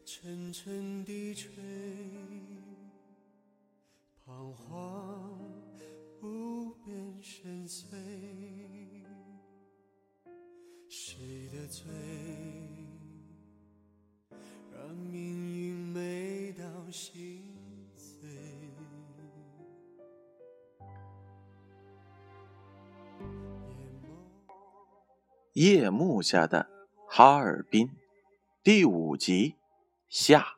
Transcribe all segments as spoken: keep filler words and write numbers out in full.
沉沉地吹，彷徨无边深邃，谁的罪让命运美到心碎。 夜幕下的哈尔滨第五集下。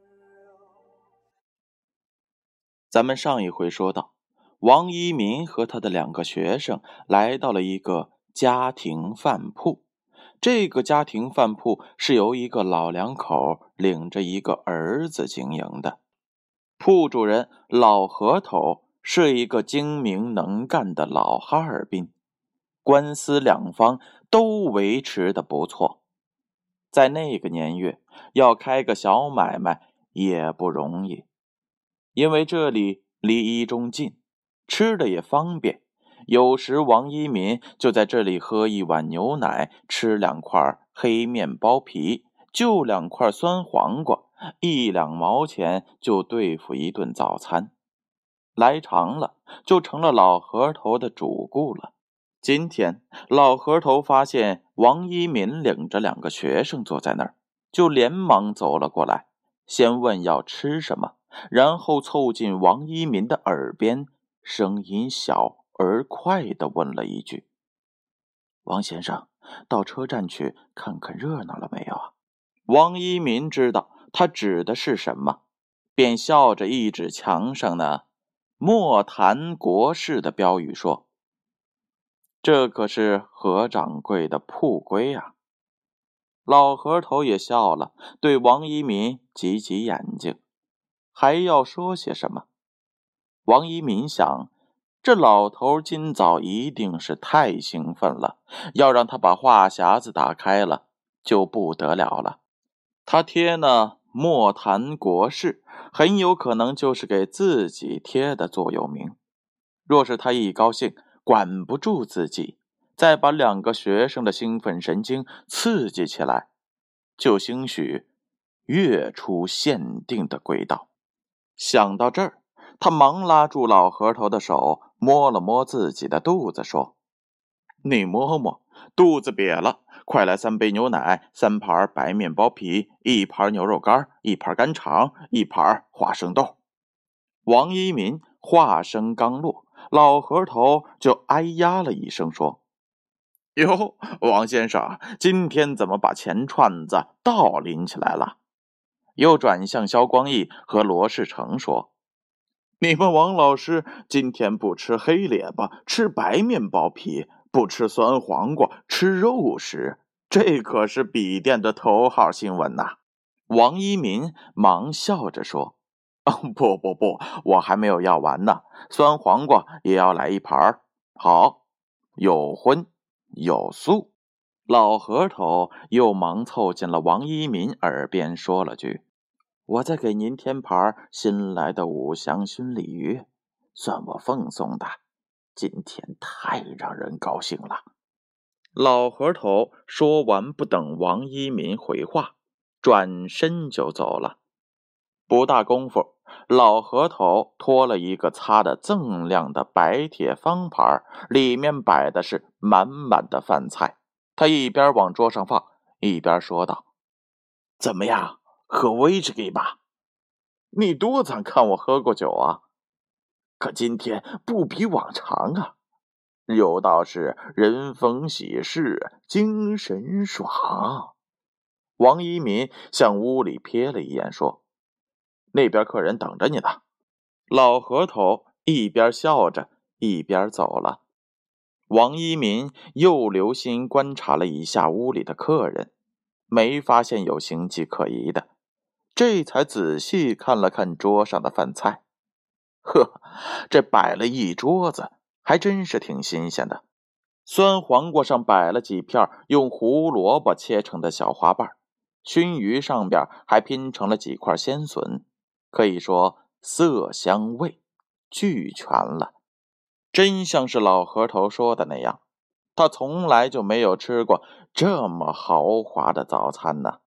咱们上一回说到，王一民和他的两个学生来到了一个家庭饭铺。这个家庭饭铺是由一个老两口领着一个儿子经营的。铺主人老何头是一个精明能干的老哈尔滨，官司两方都维持得不错。在那个年月，要开个小买卖也不容易，因为这里离一中近，吃的也方便。有时王一民就在这里喝一碗牛奶，吃两块黑面包皮，就两块酸黄瓜，一两毛钱就对付一顿早餐。来长了，就成了老何头的主顾了。今天老何头发现王一民领着两个学生坐在那儿，就连忙走了过来，先问要吃什么，然后凑近王一民的耳边，声音小而快地问了一句：王先生，到车站去看看热闹了没有啊？王一民知道他指的是什么，便笑着一指墙上呢莫谈国事的标语说：这可是何掌柜的铺规啊。老何头也笑了，对王一民挤挤眼睛，还要说些什么。王一民想，这老头今早一定是太兴奋了，要让他把话匣子打开了就不得了了。他贴呢莫谈国事，很有可能就是给自己贴的座右铭。若是他一高兴管不住自己，再把两个学生的兴奋神经刺激起来，就兴许跃出限定的轨道。想到这儿，他忙拉住老何头的手，摸了摸自己的肚子说：你摸摸，肚子瘪了，快来三杯牛奶，三盘白面包皮，一盘牛肉干，一盘干肠，一盘花生豆。王一民话声刚落，老何头就哎呀了一声说：哟，王先生，今天怎么把钱串子倒拎起来了？又转向萧光义和罗世成说：你们王老师今天不吃黑列巴，吃白面包皮，不吃酸黄瓜，吃肉食，这可是笔电的头号新闻呐！王一民忙笑着说：哦，不不不，我还没有要完呢，酸黄瓜也要来一盘。好，有荤有素。老何头又忙凑近了王一民耳边说了句：我再给您添盘新来的五香熏鲤鱼，算我奉送的，今天太让人高兴了。老何头说完，不等王一民回话，转身就走了。不大功夫，老何头拖了一个擦得锃亮的白铁方盘，里面摆的是满满的饭菜。他一边往桌上放，一边说道：怎么样，喝威士忌吧？你多早看我喝过酒啊？可今天不比往常啊，有道是人逢喜事精神爽。王一民向屋里瞥了一眼说：那边客人等着你呢。老何头一边笑着一边走了。王一民又留心观察了一下屋里的客人，没发现有形迹可疑的，这才仔细看了看桌上的饭菜。呵，这摆了一桌子，还真是挺新鲜的。酸黄瓜上摆了几片用胡萝卜切成的小花瓣，熏鱼上边还拼成了几块鲜笋，可以说色香味俱全了。真像是老何头说的那样，他从来就没有吃过这么豪华的早餐呢。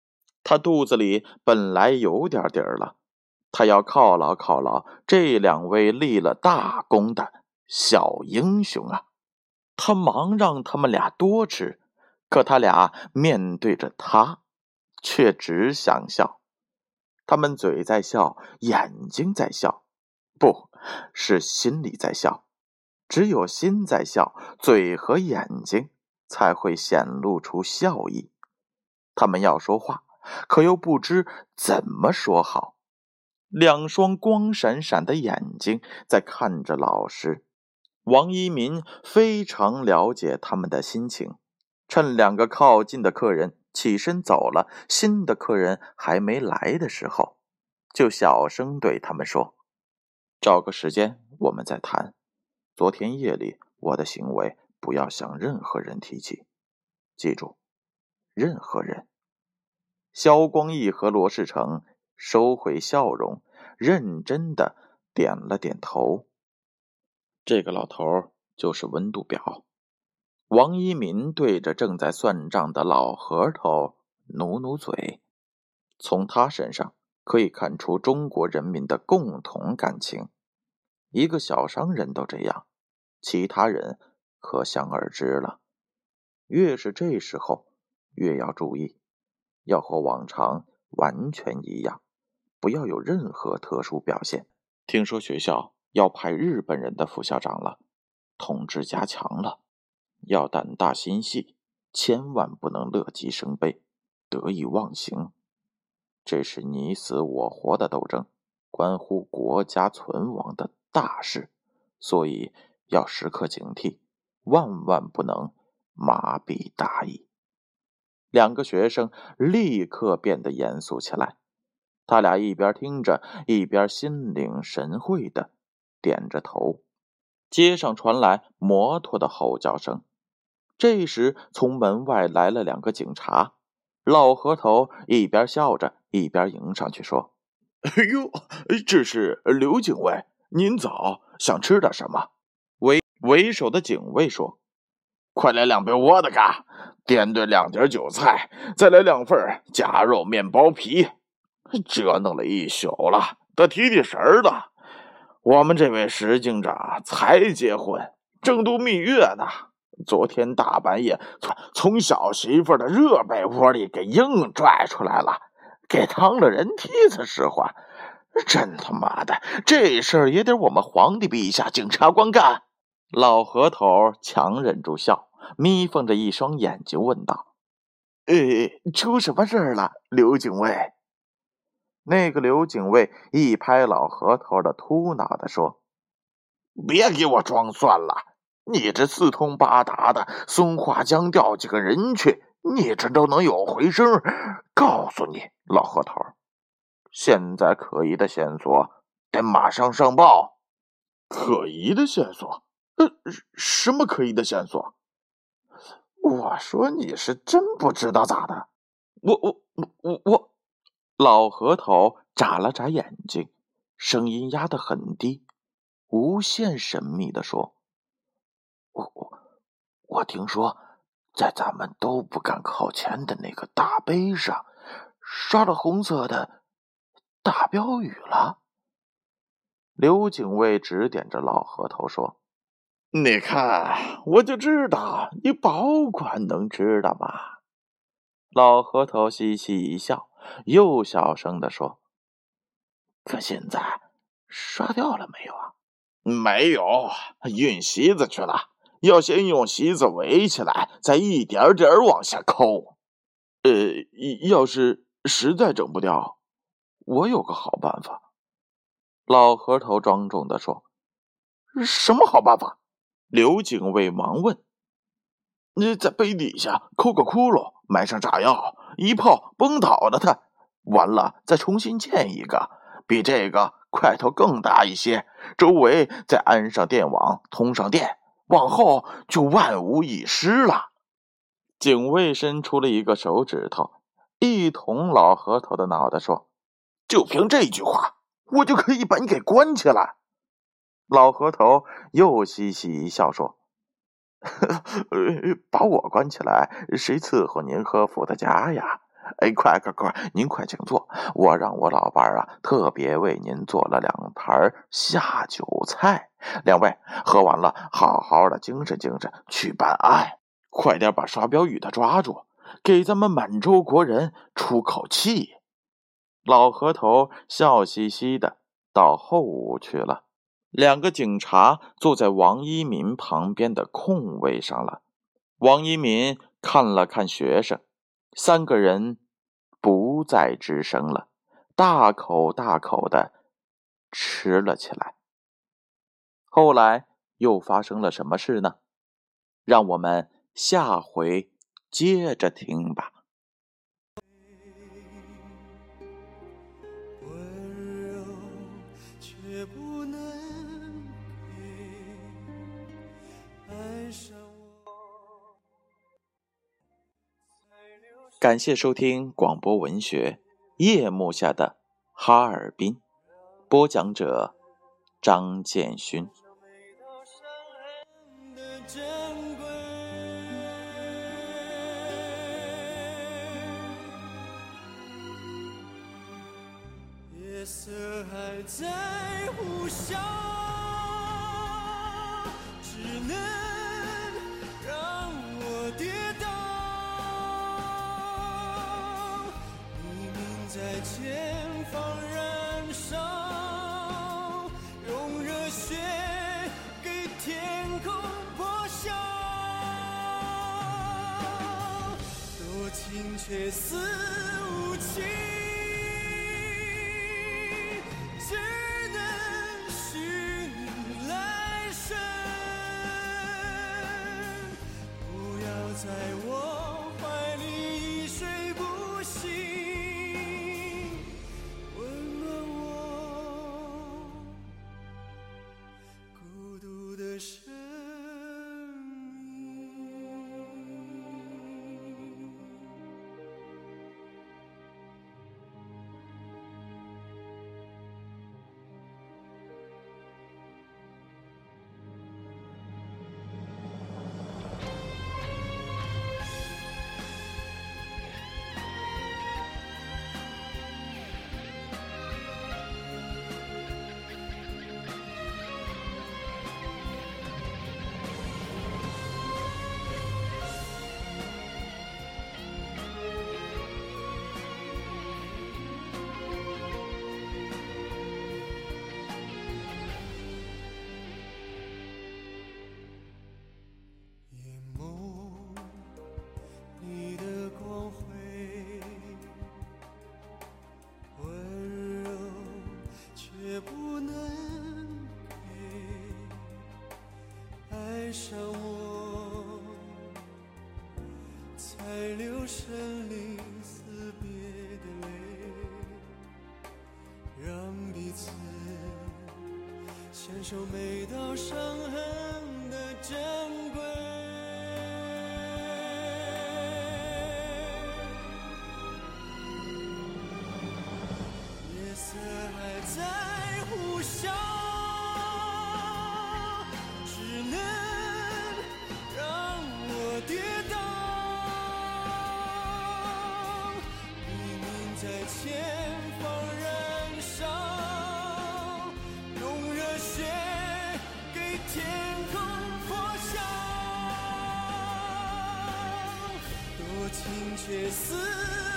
他肚子里本来有点底儿了，他要犒劳犒劳这两位立了大功的小英雄啊！他忙让他们俩多吃，可他俩面对着他，却只想笑。他们嘴在笑，眼睛在笑，不是心里在笑。只有心在笑，嘴和眼睛才会显露出笑意。他们要说话，可又不知怎么说好。两双光闪闪的眼睛在看着老师。王一民非常了解他们的心情，趁两个靠近的客人起身走了，新的客人还没来的时候，就小声对他们说：找个时间我们再谈。昨天夜里我的行为不要向任何人提起，记住，任何人。萧光义和罗世成收回笑容，认真的点了点头。这个老头就是温度表。王一民对着正在算账的老核桃努努嘴，从他身上可以看出中国人民的共同感情。一个小商人都这样，其他人可想而知了。越是这时候，越要注意，要和往常完全一样，不要有任何特殊表现。听说学校要派日本人的副校长了，统治加强了，要胆大心细，千万不能乐极生悲，得意忘形。这是你死我活的斗争，关乎国家存亡的大事，所以要时刻警惕，万万不能麻痹大意。两个学生立刻变得严肃起来，他俩一边听着，一边心领神会的点着头。街上传来摩托的吼叫声，这时从门外来了两个警察。老核头一边笑着一边迎上去说：哎呦，这是刘警卫，您早，想吃点什么？为为首的警卫说：快来两杯窝的嘎，点对两碟韭菜，再来两份夹肉面包皮。折腾了一宿了，得提提神儿了。我们这位石警长才结婚，正度蜜月呢，昨天大半夜从小媳妇的热被窝里给硬拽出来了，给当了人梯子使唤。真他妈的，这事儿也得我们皇帝陛下检察官干。老核头强忍住笑，眯缝着一双眼睛问道：呃，出什么事儿了，刘警卫？那个刘警卫一拍老核头的秃脑袋说：别给我装蒜了，你这四通八达的松花江调几个人去，你这都能有回声。告诉你老核头，现在可疑的线索得马上上报。可疑的线索？呃，什么可疑的线索？我说你是真不知道咋的？我我我我老核头眨了眨眼睛，声音压得很低，无限神秘地说：我我我听说在咱们都不敢靠前的那个大碑上刷了红色的大标语了。刘警卫指点着老核头说：你看，我就知道你保管能知道吧。老核头嘻嘻一笑，又小声地说：可现在刷掉了没有啊？没有，运席子去了，要先用席子围起来，再一点点往下抠。呃，要是实在整不掉，我有个好办法。老核头庄重地说：什么好办法？刘警卫忙问。你在碑底下抠个窟窿，埋上炸药，一炮崩倒了它，完了再重新建一个，比这个块头更大一些，周围再安上电网，通上电，往后就万无一失了。警卫伸出了一个手指头，一捅老核头的脑袋说：就凭这句话，我就可以把你给关起来。老核头又嘻嘻一笑说：把我关起来，谁伺候您和福的家呀？ 哎，快快快，您快请坐，我让我老伴儿啊特别为您做了两盘下酒菜，两位喝完了好好的精神精神去办案，快点把刷标语的抓住，给咱们满洲国人出口气。老河头笑嘻嘻的到后屋去了，两个警察坐在王一民旁边的空位上了。王一民看了看学生，三个人不再吱声了，大口大口的吃了起来。后来又发生了什么事呢？让我们下回接着听吧。 温柔却不能给爱上我。 感谢收听广播文学《夜幕下的哈尔滨》，播讲者张建勋。 夜色还在呼啸，只能让我跌倒。黎明在前方燃烧，用热血给天空破晓。多情却似无情，只能许你来生，不要在我怀里睡不醒，温暖我孤独的生命。爱上我，才流生离死别的泪，让彼此牵手美到伤痕的珍贵。夜色还在呼啸，只能让我跌倒。黎明在前方燃烧，用热血给天空破晓。多情却似